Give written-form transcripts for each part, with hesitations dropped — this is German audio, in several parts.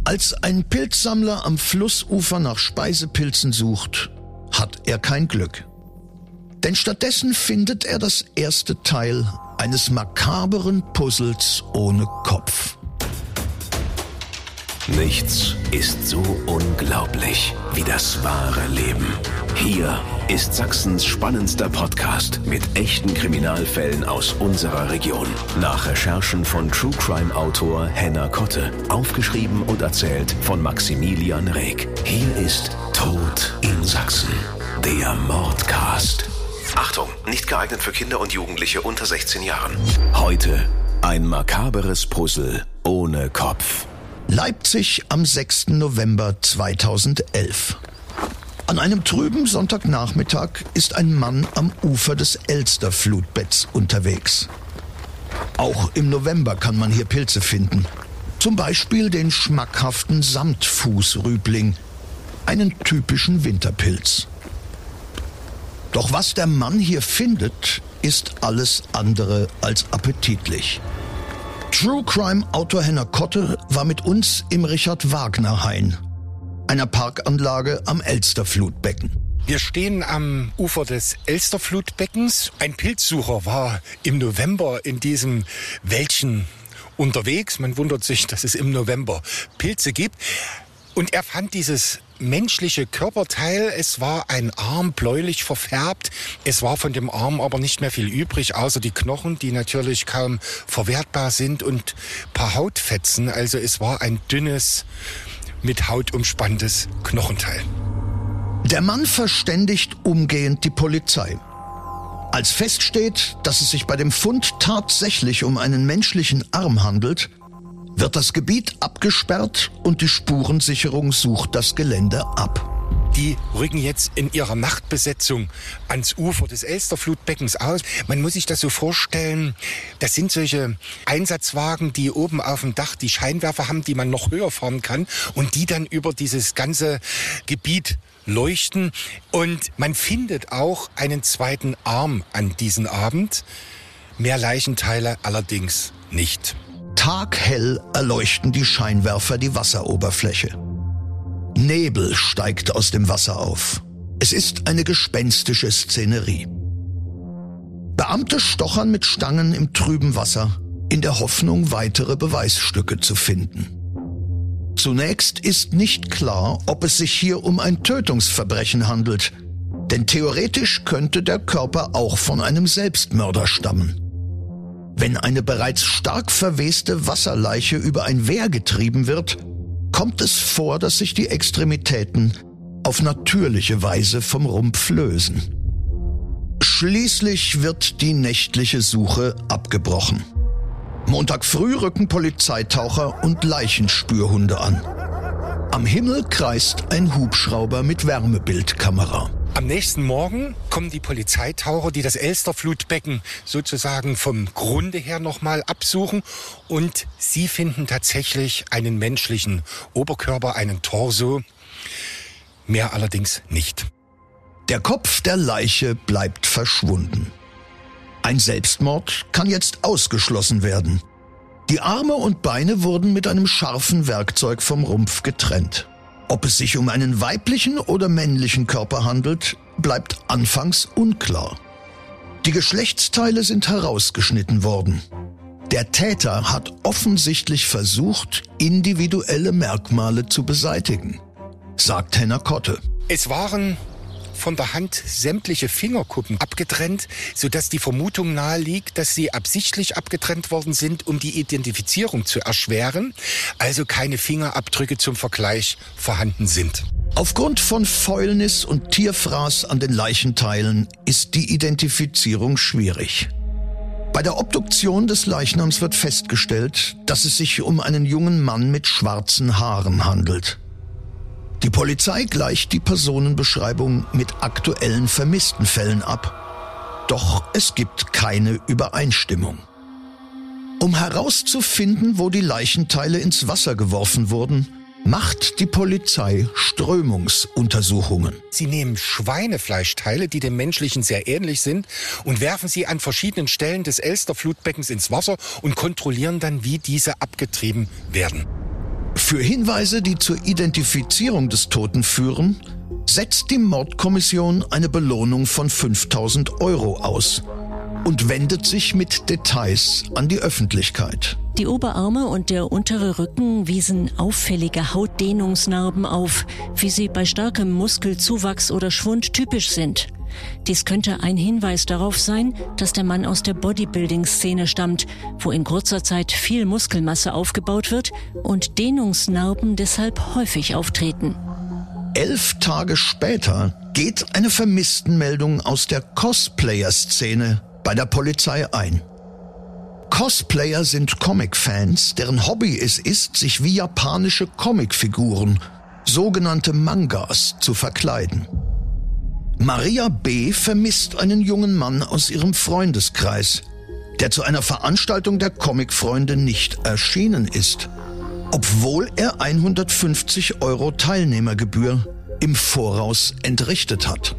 Als ein Pilzsammler am Flussufer nach Speisepilzen sucht, hat er kein Glück. Denn stattdessen findet er das erste Teil eines makaberen Puzzles ohne Kopf. Nichts ist so unglaublich wie das wahre Leben. Hier ist Sachsens spannendster Podcast mit echten Kriminalfällen aus unserer Region. Nach Recherchen von True-Crime-Autor Henner Kotte. Aufgeschrieben und erzählt von Maximilian Reg. Hier ist Tod in Sachsen, der Mordcast. Achtung, nicht geeignet für Kinder und Jugendliche unter 16 Jahren. Heute ein makaberes Puzzle ohne Kopf. Leipzig am 6. November 2011. An einem trüben Sonntagnachmittag ist ein Mann am Ufer des Elster-Flutbetts unterwegs. Auch im November kann man hier Pilze finden. Zum Beispiel den schmackhaften Samtfußrübling, einen typischen Winterpilz. Doch was der Mann hier findet, ist alles andere als appetitlich. True-Crime-Autor Henner Kotte war mit uns im Richard-Wagner-Hain, einer Parkanlage am Elsterflutbecken. Wir stehen am Ufer des Elsterflutbeckens. Ein Pilzsucher war im November in diesem Wäldchen unterwegs. Man wundert sich, dass es im November Pilze gibt. Und er fand dieses menschliche Körperteil. Es war ein Arm, bläulich verfärbt. Es war von dem Arm aber nicht mehr viel übrig, außer die Knochen, die natürlich kaum verwertbar sind, und ein paar Hautfetzen. Also es war ein dünnes, mit Haut umspanntes Knochenteil. Der Mann verständigt umgehend die Polizei. Als feststeht, dass es sich bei dem Fund tatsächlich um einen menschlichen Arm handelt, wird das Gebiet abgesperrt und die Spurensicherung sucht das Gelände ab. Die rücken jetzt in ihrer Nachtbesetzung ans Ufer des Elsterflutbeckens aus. Man muss sich das so vorstellen, das sind solche Einsatzwagen, die oben auf dem Dach die Scheinwerfer haben, die man noch höher fahren kann und die dann über dieses ganze Gebiet leuchten. Und man findet auch einen zweiten Arm an diesem Abend. Mehr Leichenteile allerdings nicht. Taghell erleuchten die Scheinwerfer die Wasseroberfläche. Nebel steigt aus dem Wasser auf. Es ist eine gespenstische Szenerie. Beamte stochern mit Stangen im trüben Wasser, in der Hoffnung, weitere Beweisstücke zu finden. Zunächst ist nicht klar, ob es sich hier um ein Tötungsverbrechen handelt, denn theoretisch könnte der Körper auch von einem Selbstmörder stammen. Wenn eine bereits stark verweste Wasserleiche über ein Wehr getrieben wird, kommt es vor, dass sich die Extremitäten auf natürliche Weise vom Rumpf lösen. Schließlich wird die nächtliche Suche abgebrochen. Montag früh rücken Polizeitaucher und Leichenspürhunde an. Am Himmel kreist ein Hubschrauber mit Wärmebildkamera. Am nächsten Morgen kommen die Polizeitaucher, die das Elsterflutbecken sozusagen vom Grunde her nochmal absuchen. Und sie finden tatsächlich einen menschlichen Oberkörper, einen Torso. Mehr allerdings nicht. Der Kopf der Leiche bleibt verschwunden. Ein Selbstmord kann jetzt ausgeschlossen werden. Die Arme und Beine wurden mit einem scharfen Werkzeug vom Rumpf getrennt. Ob es sich um einen weiblichen oder männlichen Körper handelt, bleibt anfangs unklar. Die Geschlechtsteile sind herausgeschnitten worden. Der Täter hat offensichtlich versucht, individuelle Merkmale zu beseitigen, sagt Henner Kotte. Es waren von der Hand sämtliche Fingerkuppen abgetrennt, sodass die Vermutung nahe liegt, dass sie absichtlich abgetrennt worden sind, um die Identifizierung zu erschweren, also keine Fingerabdrücke zum Vergleich vorhanden sind. Aufgrund von Fäulnis und Tierfraß an den Leichenteilen ist die Identifizierung schwierig. Bei der Obduktion des Leichnams wird festgestellt, dass es sich um einen jungen Mann mit schwarzen Haaren handelt. Die Polizei gleicht die Personenbeschreibung mit aktuellen vermissten Fällen ab. Doch es gibt keine Übereinstimmung. Um herauszufinden, wo die Leichenteile ins Wasser geworfen wurden, macht die Polizei Strömungsuntersuchungen. Sie nehmen Schweinefleischteile, die dem menschlichen sehr ähnlich sind, und werfen sie an verschiedenen Stellen des Elsterflutbeckens ins Wasser und kontrollieren dann, wie diese abgetrieben werden. Für Hinweise, die zur Identifizierung des Toten führen, setzt die Mordkommission eine Belohnung von 5.000 € aus und wendet sich mit Details an die Öffentlichkeit. Die Oberarme und der untere Rücken wiesen auffällige Hautdehnungsnarben auf, wie sie bei starkem Muskelzuwachs oder Schwund typisch sind. Dies könnte ein Hinweis darauf sein, dass der Mann aus der Bodybuilding-Szene stammt, wo in kurzer Zeit viel Muskelmasse aufgebaut wird und Dehnungsnarben deshalb häufig auftreten. 11 Tage später geht eine Vermisstenmeldung aus der Cosplayer-Szene bei der Polizei ein. Cosplayer sind Comic-Fans, deren Hobby es ist, sich wie japanische Comicfiguren, sogenannte Mangas, zu verkleiden. Maria B. vermisst einen jungen Mann aus ihrem Freundeskreis, der zu einer Veranstaltung der Comicfreunde nicht erschienen ist, obwohl er 150 € Teilnehmergebühr im Voraus entrichtet hat.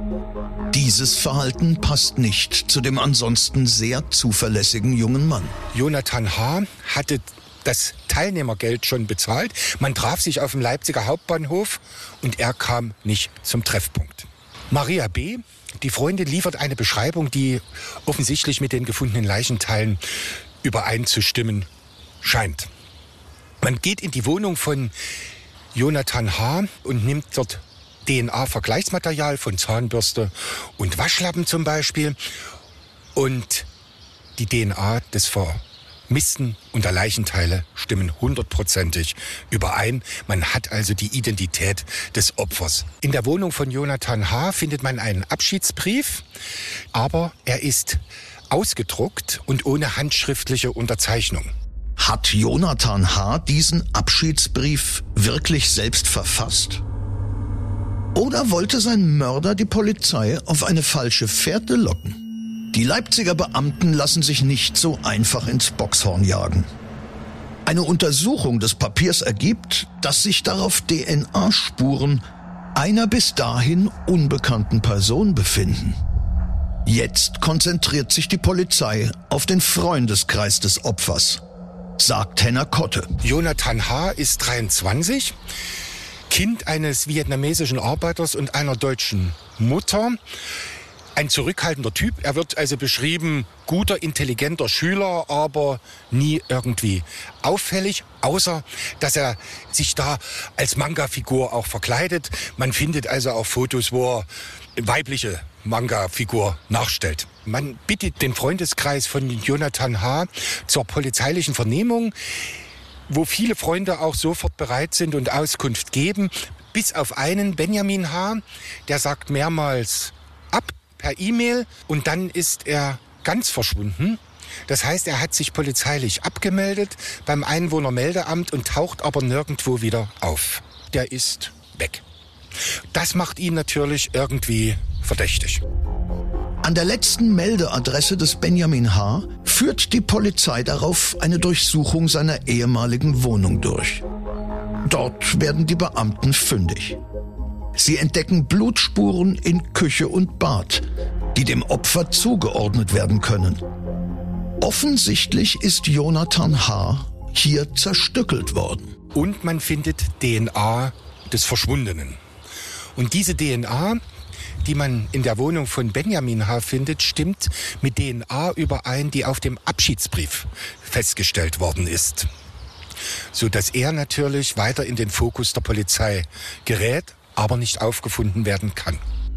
Dieses Verhalten passt nicht zu dem ansonsten sehr zuverlässigen jungen Mann. Jonathan H. hatte das Teilnehmergeld schon bezahlt. Man traf sich auf dem Leipziger Hauptbahnhof und er kam nicht zum Treffpunkt. Maria B., die Freundin, liefert eine Beschreibung, die offensichtlich mit den gefundenen Leichenteilen übereinzustimmen scheint. Man geht in die Wohnung von Jonathan H. und nimmt dort DNA-Vergleichsmaterial von Zahnbürste und Waschlappen zum Beispiel. Und die DNA des Vermissten und der Leichenteile stimmen 100%ig überein. Man hat also die Identität des Opfers. In der Wohnung von Jonathan H. findet man einen Abschiedsbrief, aber er ist ausgedruckt und ohne handschriftliche Unterzeichnung. Hat Jonathan H. diesen Abschiedsbrief wirklich selbst verfasst? Oder wollte sein Mörder die Polizei auf eine falsche Fährte locken? Die Leipziger Beamten lassen sich nicht so einfach ins Bockshorn jagen. Eine Untersuchung des Papiers ergibt, dass sich darauf DNA-Spuren einer bis dahin unbekannten Person befinden. Jetzt konzentriert sich die Polizei auf den Freundeskreis des Opfers, sagt Henner Kotte. Jonathan H. ist 23, Kind eines vietnamesischen Arbeiters und einer deutschen Mutter. Ein zurückhaltender Typ. Er wird also beschrieben, guter, intelligenter Schüler, aber nie irgendwie auffällig, außer dass er sich da als Manga-Figur auch verkleidet. Man findet also auch Fotos, wo er weibliche Manga-Figur nachstellt. Man bittet den Freundeskreis von Jonathan H. zur polizeilichen Vernehmung, wo viele Freunde auch sofort bereit sind und Auskunft geben, bis auf einen, Benjamin H., der sagt mehrmals ab per E-Mail und dann ist er ganz verschwunden. Das heißt, er hat sich polizeilich abgemeldet beim Einwohnermeldeamt und taucht aber nirgendwo wieder auf. Der ist weg. Das macht ihn natürlich irgendwie verdächtig. An der letzten Meldeadresse des Benjamin H. führt die Polizei darauf eine Durchsuchung seiner ehemaligen Wohnung durch. Dort werden die Beamten fündig. Sie entdecken Blutspuren in Küche und Bad, die dem Opfer zugeordnet werden können. Offensichtlich ist Jonathan H. hier zerstückelt worden. Und man findet DNA des Verschwundenen. Und diese DNA, die man in der Wohnung von Benjamin H. findet, stimmt mit DNA überein, die auf dem Abschiedsbrief festgestellt worden ist. Sodass er natürlich weiter in den Fokus der Polizei gerät, aber nicht aufgefunden werden kann.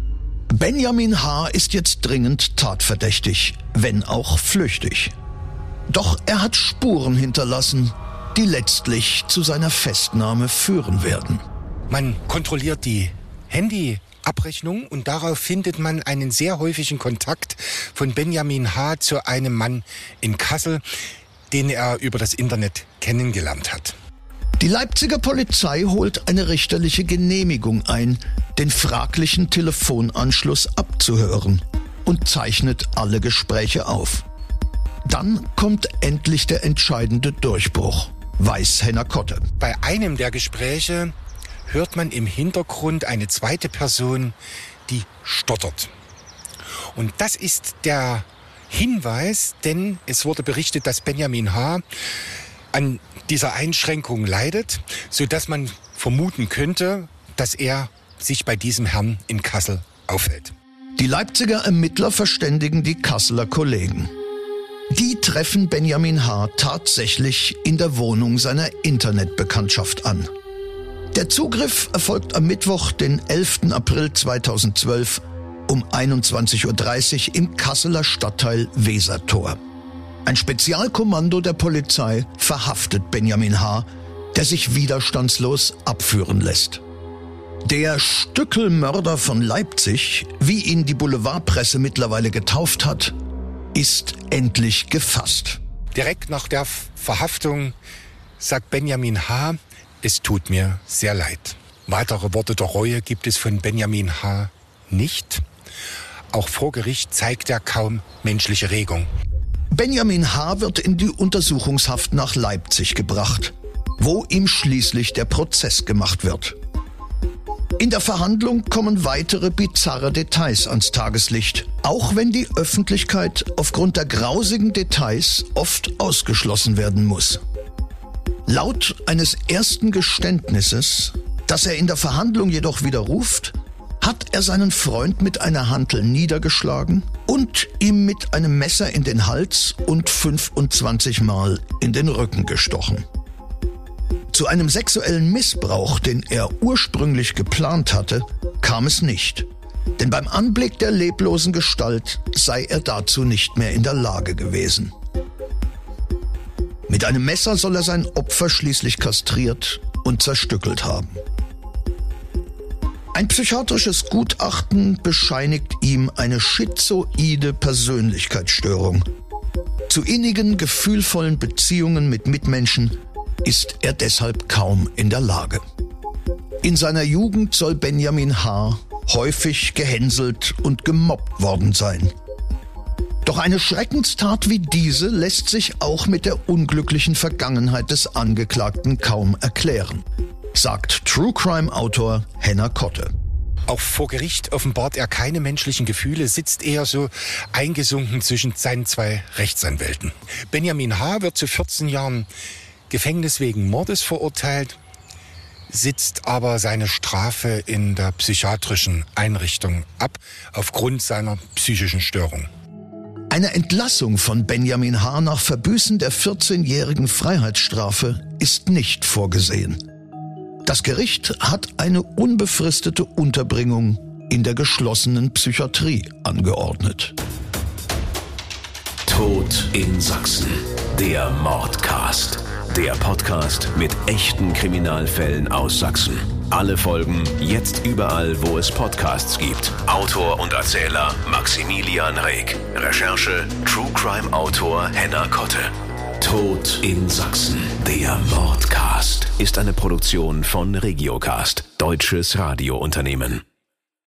Benjamin H. ist jetzt dringend tatverdächtig, wenn auch flüchtig. Doch er hat Spuren hinterlassen, die letztlich zu seiner Festnahme führen werden. Man kontrolliert die Handyabrechnung und darauf findet man einen sehr häufigen Kontakt von Benjamin H. zu einem Mann in Kassel, den er über das Internet kennengelernt hat. Die Leipziger Polizei holt eine richterliche Genehmigung ein, den fraglichen Telefonanschluss abzuhören und zeichnet alle Gespräche auf. Dann kommt endlich der entscheidende Durchbruch, weiß Henner Kotte. Bei einem der Gespräche hört man im Hintergrund eine zweite Person, die stottert. Und das ist der Hinweis, denn es wurde berichtet, dass Benjamin H. an dieser Einschränkung leidet, sodass man vermuten könnte, dass er sich bei diesem Herrn in Kassel aufhält. Die Leipziger Ermittler verständigen die Kasseler Kollegen. Die treffen Benjamin H. tatsächlich in der Wohnung seiner Internetbekanntschaft an. Der Zugriff erfolgt am Mittwoch, den 11. April 2012 um 21.30 Uhr im Kasseler Stadtteil Wesertor. Ein Spezialkommando der Polizei verhaftet Benjamin H., der sich widerstandslos abführen lässt. Der Stückelmörder von Leipzig, wie ihn die Boulevardpresse mittlerweile getauft hat, ist endlich gefasst. Direkt nach der Verhaftung sagt Benjamin H., es tut mir sehr leid. Weitere Worte der Reue gibt es von Benjamin H. nicht. Auch vor Gericht zeigt er kaum menschliche Regung. Benjamin H. wird in die Untersuchungshaft nach Leipzig gebracht, wo ihm schließlich der Prozess gemacht wird. In der Verhandlung kommen weitere bizarre Details ans Tageslicht, auch wenn die Öffentlichkeit aufgrund der grausigen Details oft ausgeschlossen werden muss. Laut eines ersten Geständnisses, das er in der Verhandlung jedoch widerruft, hat er seinen Freund mit einer Hantel niedergeschlagen und ihm mit einem Messer in den Hals und 25 Mal in den Rücken gestochen. Zu einem sexuellen Missbrauch, den er ursprünglich geplant hatte, kam es nicht. Denn beim Anblick der leblosen Gestalt sei er dazu nicht mehr in der Lage gewesen. Mit einem Messer soll er sein Opfer schließlich kastriert und zerstückelt haben. Ein psychiatrisches Gutachten bescheinigt ihm eine schizoide Persönlichkeitsstörung. Zu innigen, gefühlvollen Beziehungen mit Mitmenschen ist er deshalb kaum in der Lage. In seiner Jugend soll Benjamin H. häufig gehänselt und gemobbt worden sein. Doch eine Schreckenstat wie diese lässt sich auch mit der unglücklichen Vergangenheit des Angeklagten kaum erklären, sagt True-Crime-Autor Henner Kotte. Auch vor Gericht offenbart er keine menschlichen Gefühle, sitzt eher so eingesunken zwischen seinen zwei Rechtsanwälten. Benjamin H. wird zu 14 Jahren Gefängnis wegen Mordes verurteilt, sitzt aber seine Strafe in der psychiatrischen Einrichtung ab, aufgrund seiner psychischen Störung. Eine Entlassung von Benjamin H. nach Verbüßen der 14-jährigen Freiheitsstrafe ist nicht vorgesehen. Das Gericht hat eine unbefristete Unterbringung in der geschlossenen Psychiatrie angeordnet. Tod in Sachsen, der Mordcast. Der Podcast mit echten Kriminalfällen aus Sachsen. Alle Folgen jetzt überall, wo es Podcasts gibt. Autor und Erzähler Maximilian Reg. Recherche True Crime Autor Henner Kotte. Tod in Sachsen, der Mordcast, ist eine Produktion von Regiocast, deutsches Radiounternehmen.